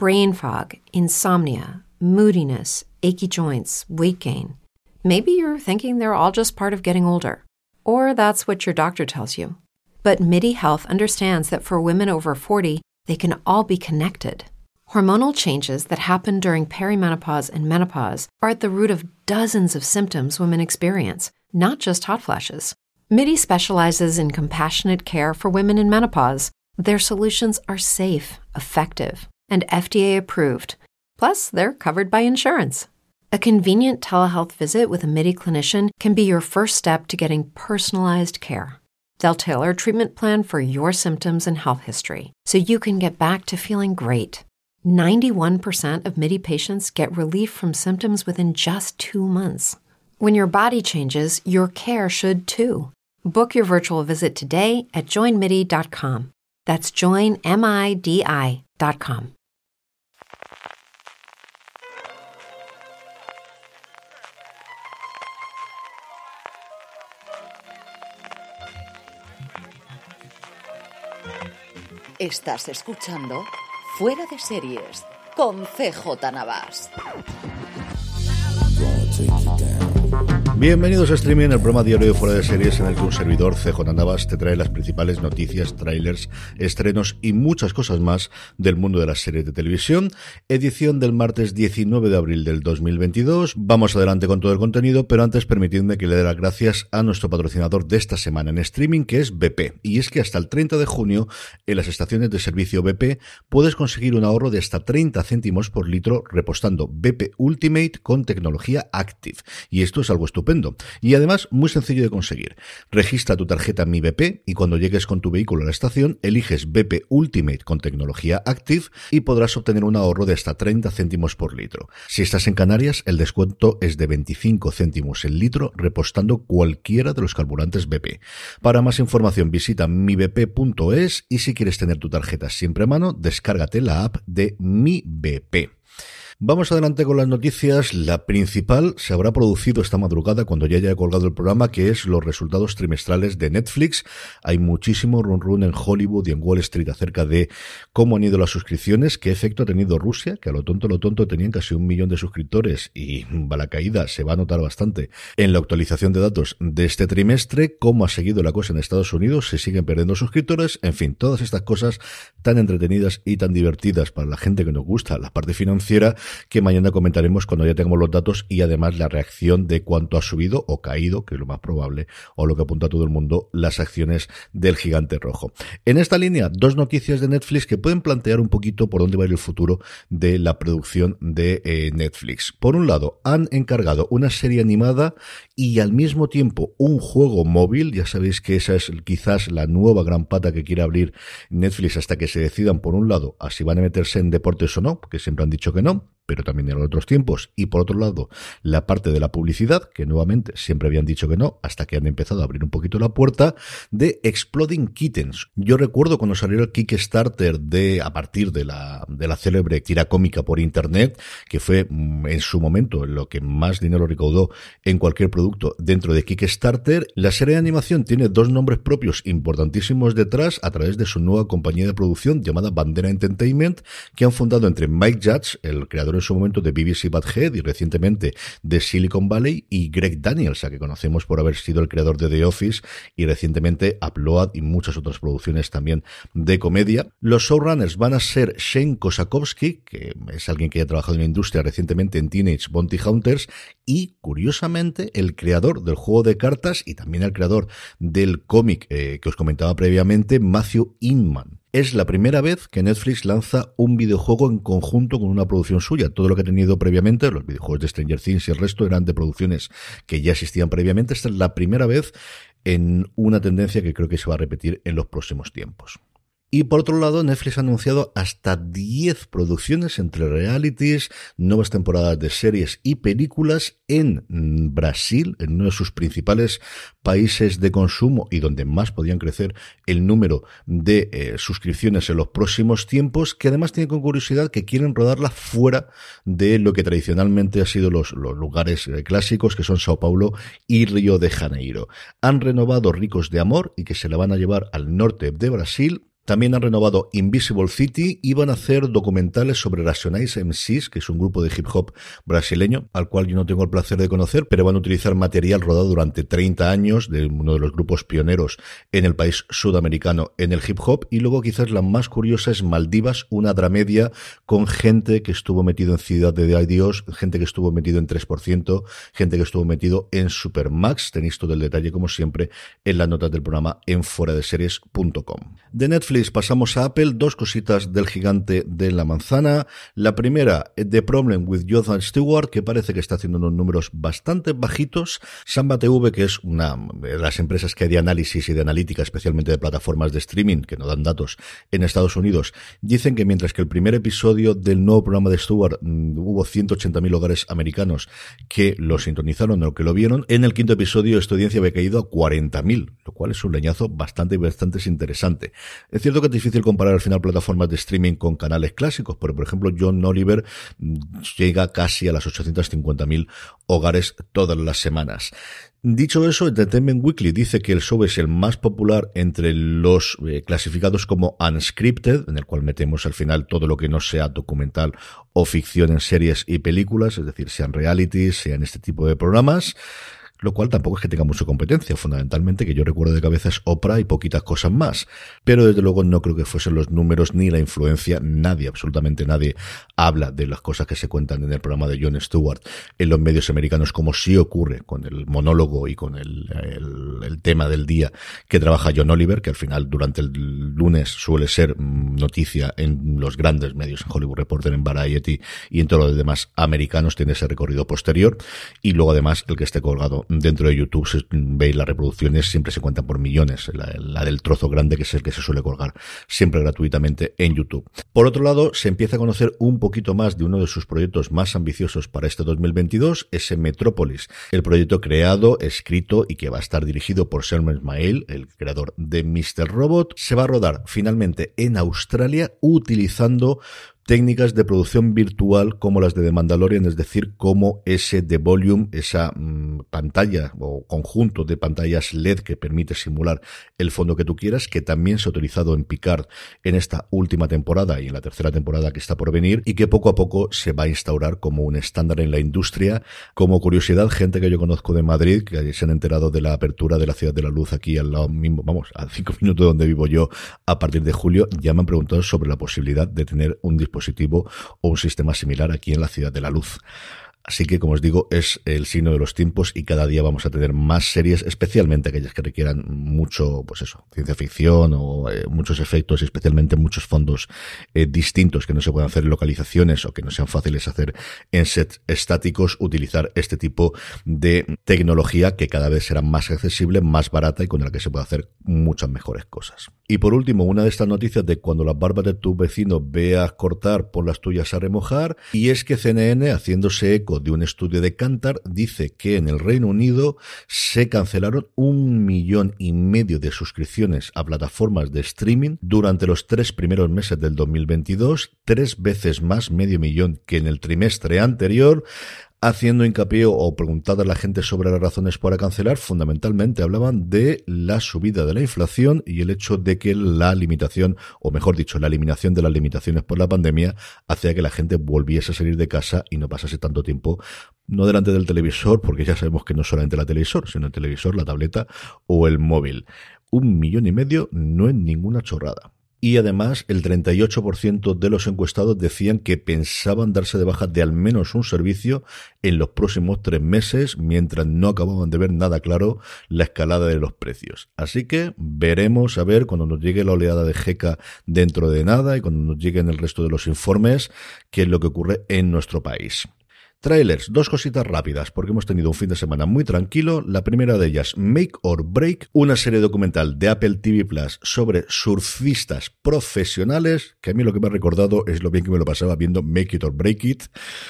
brain fog, insomnia, moodiness, achy joints, weight gain. Maybe you're thinking they're all just part of getting older. Or that's what your doctor tells you. But MIDI Health understands that for women over 40, they can all be connected. Hormonal changes that happen during perimenopause and menopause are at the root of dozens of symptoms women experience, not just hot flashes. MIDI specializes in compassionate care for women in menopause. Their solutions are safe, effective, and FDA approved. Plus, they're covered by insurance. A convenient telehealth visit with a MIDI clinician can be your first step to getting personalized care. They'll tailor a treatment plan for your symptoms and health history, so you can get back to feeling great. 91% of MIDI patients get relief from symptoms within just 2 months. When your body changes, your care should too. Book your virtual visit today at joinmidi.com. That's joinmidi.com. Estás escuchando Fuera de Series con CJ Navas. Bienvenidos a Streaming, el programa diario de Fuera de Series en el que un servidor, CJ Navas, te trae las principales noticias, trailers, estrenos y muchas cosas más del mundo de las series de televisión. Edición del martes 19 de abril del 2022. Vamos adelante con todo el contenido, pero antes permitidme que le dé las gracias a nuestro patrocinador de esta semana en streaming, que es BP. Y es que hasta el 30 de junio, en las estaciones de servicio BP, puedes conseguir un ahorro de hasta 30 céntimos por litro repostando BP Ultimate con tecnología Active. Y esto es algo estupendo. Y además, muy sencillo de conseguir. Registra tu tarjeta Mi BP y cuando llegues con tu vehículo a la estación, eliges BP Ultimate con tecnología Active y podrás obtener un ahorro de hasta 30 céntimos por litro. Si estás en Canarias, el descuento es de 25 céntimos el litro repostando cualquiera de los carburantes BP. Para más información, visita mibp.es y si quieres tener tu tarjeta siempre a mano, descárgate la app de Mi BP. Vamos adelante con las noticias. La principal se habrá producido esta madrugada cuando ya haya colgado el programa, que es los resultados trimestrales de Netflix. Hay muchísimo run en Hollywood y en Wall Street acerca de cómo han ido las suscripciones, qué efecto ha tenido Rusia, que a lo tonto tenían casi 1 millón de suscriptores y la caída se va a notar bastante en la actualización de datos de este trimestre, cómo ha seguido la cosa en Estados Unidos, se siguen perdiendo suscriptores, en fin, todas estas cosas tan entretenidas y tan divertidas para la gente que nos gusta la parte financiera, que mañana comentaremos cuando ya tengamos los datos y además la reacción de cuánto ha subido o caído, que es lo más probable, o lo que apunta a todo el mundo, las acciones del gigante rojo. En esta línea, 2 noticias de Netflix que pueden plantear un poquito por dónde va a ir el futuro de la producción de Netflix. Por un lado, han encargado una serie animada y al mismo tiempo un juego móvil. Ya sabéis que esa es quizás la nueva gran pata que quiere abrir Netflix hasta que se decidan, por un lado, a si van a meterse en deportes o no, porque siempre han dicho que no, pero también en otros tiempos, y por otro lado la parte de la publicidad, que nuevamente siempre habían dicho que no, hasta que han empezado a abrir un poquito la puerta, de Exploding Kittens. Yo recuerdo cuando salió el Kickstarter a partir de la célebre tira cómica por internet, que fue en su momento lo que más dinero recaudó en cualquier producto dentro de Kickstarter. La serie de animación tiene 2 nombres propios importantísimos detrás a través de su nueva compañía de producción llamada Bandera Entertainment, que han fundado entre Mike Judge, el creador en su momento de BBC Badhead y recientemente de Silicon Valley, y Greg Daniels, a que conocemos por haber sido el creador de The Office y recientemente Upload y muchas otras producciones también de comedia. Los showrunners van a ser Shane Kosakowski, que es alguien que ha trabajado en la industria recientemente en Teenage Bounty Hunters, y curiosamente el creador del juego de cartas y también el creador del cómic que os comentaba previamente, Matthew Inman. Es la primera vez que Netflix lanza un videojuego en conjunto con una producción suya. Todo lo que ha tenido previamente, los videojuegos de Stranger Things y el resto, eran de producciones que ya existían previamente. Esta es la primera vez en una tendencia que creo que se va a repetir en los próximos tiempos. Y por otro lado, Netflix ha anunciado hasta 10 producciones entre realities, nuevas temporadas de series y películas en Brasil, en uno de sus principales países de consumo y donde más podían crecer el número de suscripciones en los próximos tiempos, que además tiene con curiosidad que quieren rodarla fuera de lo que tradicionalmente ha sido los lugares clásicos, que son Sao Paulo y Río de Janeiro. Han renovado Ricos de Amor y que se la van a llevar al norte de Brasil. También han renovado Invisible City y van a hacer documentales sobre Racionais MCs, que es un grupo de hip hop brasileño, al cual yo no tengo el placer de conocer, pero van a utilizar material rodado durante 30 años de uno de los grupos pioneros en el país sudamericano en el hip hop. Y luego quizás la más curiosa es Maldivas, una dramedia con gente que estuvo metido en Ciudad de Dios, gente que estuvo metido en 3%, gente que estuvo metido en Supermax. Tenéis todo el detalle, como siempre, en las notas del programa en fueradeseries.com. De Netflix pasamos a Apple, dos cositas del gigante de la manzana. La primera, The Problem with Jon Stewart, que parece que está haciendo unos números bastante bajitos. Samba TV, que es una de las empresas que hay de análisis y de analítica, especialmente de plataformas de streaming, que no dan datos en Estados Unidos, dicen que mientras que el primer episodio del nuevo programa de Stewart hubo 180.000 hogares americanos que lo sintonizaron o que lo vieron, en el quinto episodio esta audiencia había caído a 40.000, lo cual es un leñazo bastante interesante. Es cierto que es difícil comparar al final plataformas de streaming con canales clásicos, pero por ejemplo John Oliver llega casi a las 850.000 hogares todas las semanas. Dicho eso, Entertainment Weekly dice que el show es el más popular entre los clasificados como unscripted, en el cual metemos al final todo lo que no sea documental o ficción en series y películas, es decir, sean realities, sean este tipo de programas. Lo cual tampoco es que tenga mucha competencia, fundamentalmente que yo recuerdo de cabeza es Oprah y poquitas cosas más, pero desde luego no creo que fuesen los números ni la influencia. Nadie, absolutamente nadie habla de las cosas que se cuentan en el programa de Jon Stewart en los medios americanos, como sí ocurre con el monólogo y con el tema del día que trabaja John Oliver, que al final durante el lunes suele ser noticia en los grandes medios, en Hollywood Reporter, en Variety y en todos los demás americanos, tiene ese recorrido posterior. Y luego además el que esté colgado dentro de YouTube, veis las reproducciones, siempre se cuentan por millones, la del trozo grande, que es el que se suele colgar siempre gratuitamente en YouTube. Por otro lado, se empieza a conocer un poquito más de uno de sus proyectos más ambiciosos para este 2022, ese Metrópolis, el proyecto creado, escrito y que va a estar dirigido por Salman Ismail, el creador de Mr. Robot. Se va a rodar finalmente en Australia utilizando técnicas de producción virtual como las de The Mandalorian, es decir, como ese The Volume, esa pantalla o conjunto de pantallas LED que permite simular el fondo que tú quieras, que también se ha utilizado en Picard en esta última temporada y en la tercera temporada que está por venir, y que poco a poco se va a instaurar como un estándar en la industria. Como curiosidad, gente que yo conozco de Madrid, que se han enterado de la apertura de la Ciudad de la Luz aquí al lado mismo, vamos, a 5 minutos de donde vivo yo, a partir de julio, ya me han preguntado sobre la posibilidad de tener un dispositivo o un sistema similar aquí en la Ciudad de la Luz. Así que, como os digo, es el signo de los tiempos y cada día vamos a tener más series, especialmente aquellas que requieran mucho, pues eso, ciencia ficción o muchos efectos y especialmente muchos fondos distintos que no se puedan hacer en localizaciones o que no sean fáciles hacer en sets estáticos, utilizar este tipo de tecnología que cada vez será más accesible, más barata y con la que se puede hacer muchas mejores cosas. Y por último, una de estas noticias de cuando las barbas de tu vecino veas cortar, por las tuyas a remojar, y es que CNN, haciéndose eco de un estudio de Kantar, dice que en el Reino Unido se cancelaron 1,5 millones de suscripciones a plataformas de streaming durante los 3 primeros meses del 2022, 3 veces más, 500,000 que en el trimestre anterior. Haciendo hincapié o preguntada a la gente sobre las razones para cancelar, fundamentalmente hablaban de la subida de la inflación y el hecho de que la limitación, o mejor dicho, la eliminación de las limitaciones por la pandemia hacía que la gente volviese a salir de casa y no pasase tanto tiempo no delante del televisor, porque ya sabemos que no solamente la televisor, sino el televisor, la tableta o el móvil. 1,5 millones no es ninguna chorrada. Y además, el 38% de los encuestados decían que pensaban darse de baja de al menos un servicio en los próximos 3 meses, mientras no acababan de ver nada claro la escalada de los precios. Así que veremos a ver cuando nos llegue la oleada de JECA dentro de nada y cuando nos lleguen el resto de los informes, qué es lo que ocurre en nuestro país. Trailers, 2 cositas rápidas, porque hemos tenido un fin de semana muy tranquilo. La primera de ellas, Make or Break, una serie documental de Apple TV Plus sobre surfistas profesionales, que a mí lo que me ha recordado es lo bien que me lo pasaba viendo Make It or Break It.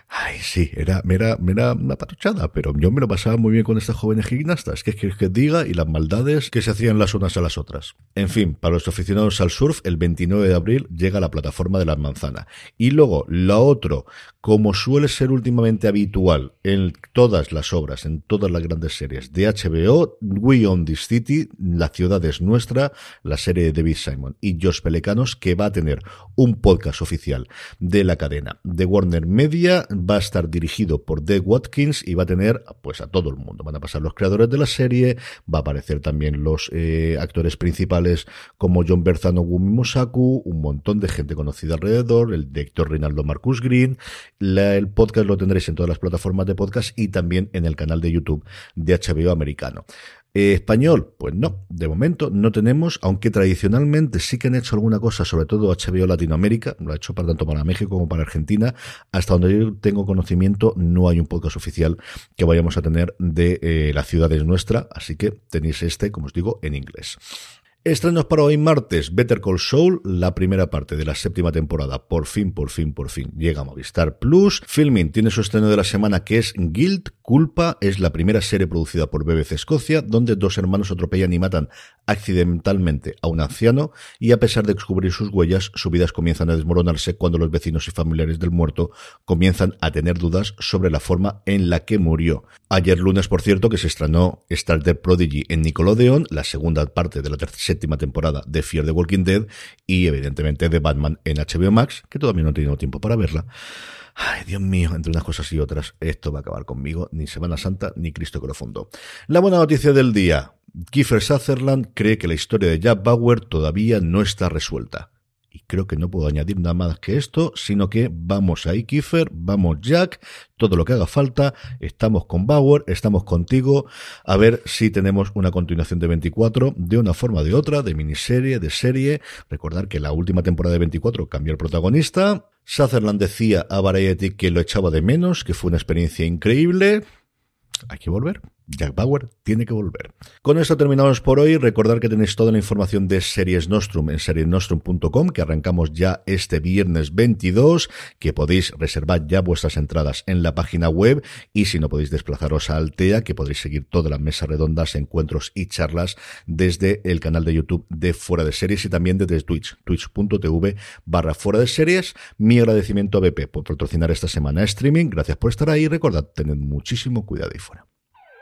Ay, sí, era una patochada, pero yo me lo pasaba muy bien con estas jóvenes gimnastas, que diga, y las maldades que se hacían las unas a las otras. En fin, para los aficionados al surf, el 29 de abril llega la plataforma de las manzanas. Y luego, lo otro, como suele ser últimamente habitual en todas las obras, en todas las grandes series de HBO, We Own This City, La ciudad es nuestra, la serie de David Simon y Josh Pelecanos, que va a tener un podcast oficial de la cadena de Warner Media. Va a estar dirigido por Dave Watkins y va a tener pues a todo el mundo. Van a pasar los creadores de la serie, va a aparecer también los actores principales como John Berzano, Wumi Mosaku, un montón de gente conocida alrededor, el director Reinaldo Marcus Green. El podcast lo tendréis en todas las plataformas de podcast y también en el canal de YouTube de HBO americano. Español, pues no, de momento no tenemos, aunque tradicionalmente sí que han hecho alguna cosa, sobre todo HBO Latinoamérica, lo ha hecho tanto para México como para Argentina. Hasta donde yo tengo conocimiento no hay un podcast oficial que vayamos a tener de La ciudad es nuestra, así que tenéis como os digo, en inglés. Estrenos para hoy martes: Better Call Saul, la primera parte de la 7ª temporada, por fin, llega a Movistar Plus. Filming tiene su estreno de la semana, que es Guilt, Culpa. Es la primera serie producida por BBC Escocia, donde dos hermanos atropellan y matan accidentalmente a un anciano, y a pesar de descubrir sus huellas, sus vidas comienzan a desmoronarse cuando los vecinos y familiares del muerto comienzan a tener dudas sobre la forma en la que murió. Ayer lunes, por cierto, que se estrenó Star Trek Prodigy en Nickelodeon, la segunda parte de la 7ª temporada de Fear the Walking Dead, y evidentemente de Batman en HBO Max, que todavía no he tenido tiempo para verla. Ay, Dios mío, entre unas cosas y otras, esto va a acabar conmigo, ni Semana Santa, ni Cristo que lo fundó. La buena noticia del día: Kiefer Sutherland cree que la historia de Jack Bauer todavía no está resuelta. Y creo que no puedo añadir nada más que esto, sino que vamos ahí, Kiefer, vamos Jack, todo lo que haga falta, estamos con Bauer, estamos contigo, a ver si tenemos una continuación de 24, de una forma o de otra, de miniserie, de serie. Recordar que la última temporada de 24 cambió el protagonista. Sutherland decía a Variety que lo echaba de menos, que fue una experiencia increíble. Hay que volver. Jack Bauer tiene que volver. Con esto terminamos por hoy. Recordad que tenéis toda la información de Series Nostrum en seriesnostrum.com, que arrancamos ya este viernes 22, que podéis reservar ya vuestras entradas en la página web, y si no podéis desplazaros a Altea, que podéis seguir todas las mesas redondas, encuentros y charlas desde el canal de YouTube de Fuera de Series y también desde Twitch, twitch.tv/Fuera de Series. Mi agradecimiento a BP por patrocinar esta semana streaming. Gracias por estar ahí. Recordad, tened muchísimo cuidado ahí fuera.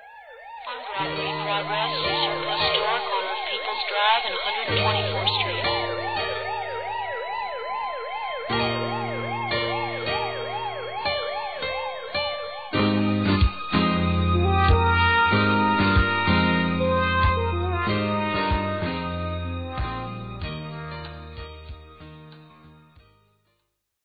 Broadway Progress, Historic on People's Drive and 124th Street.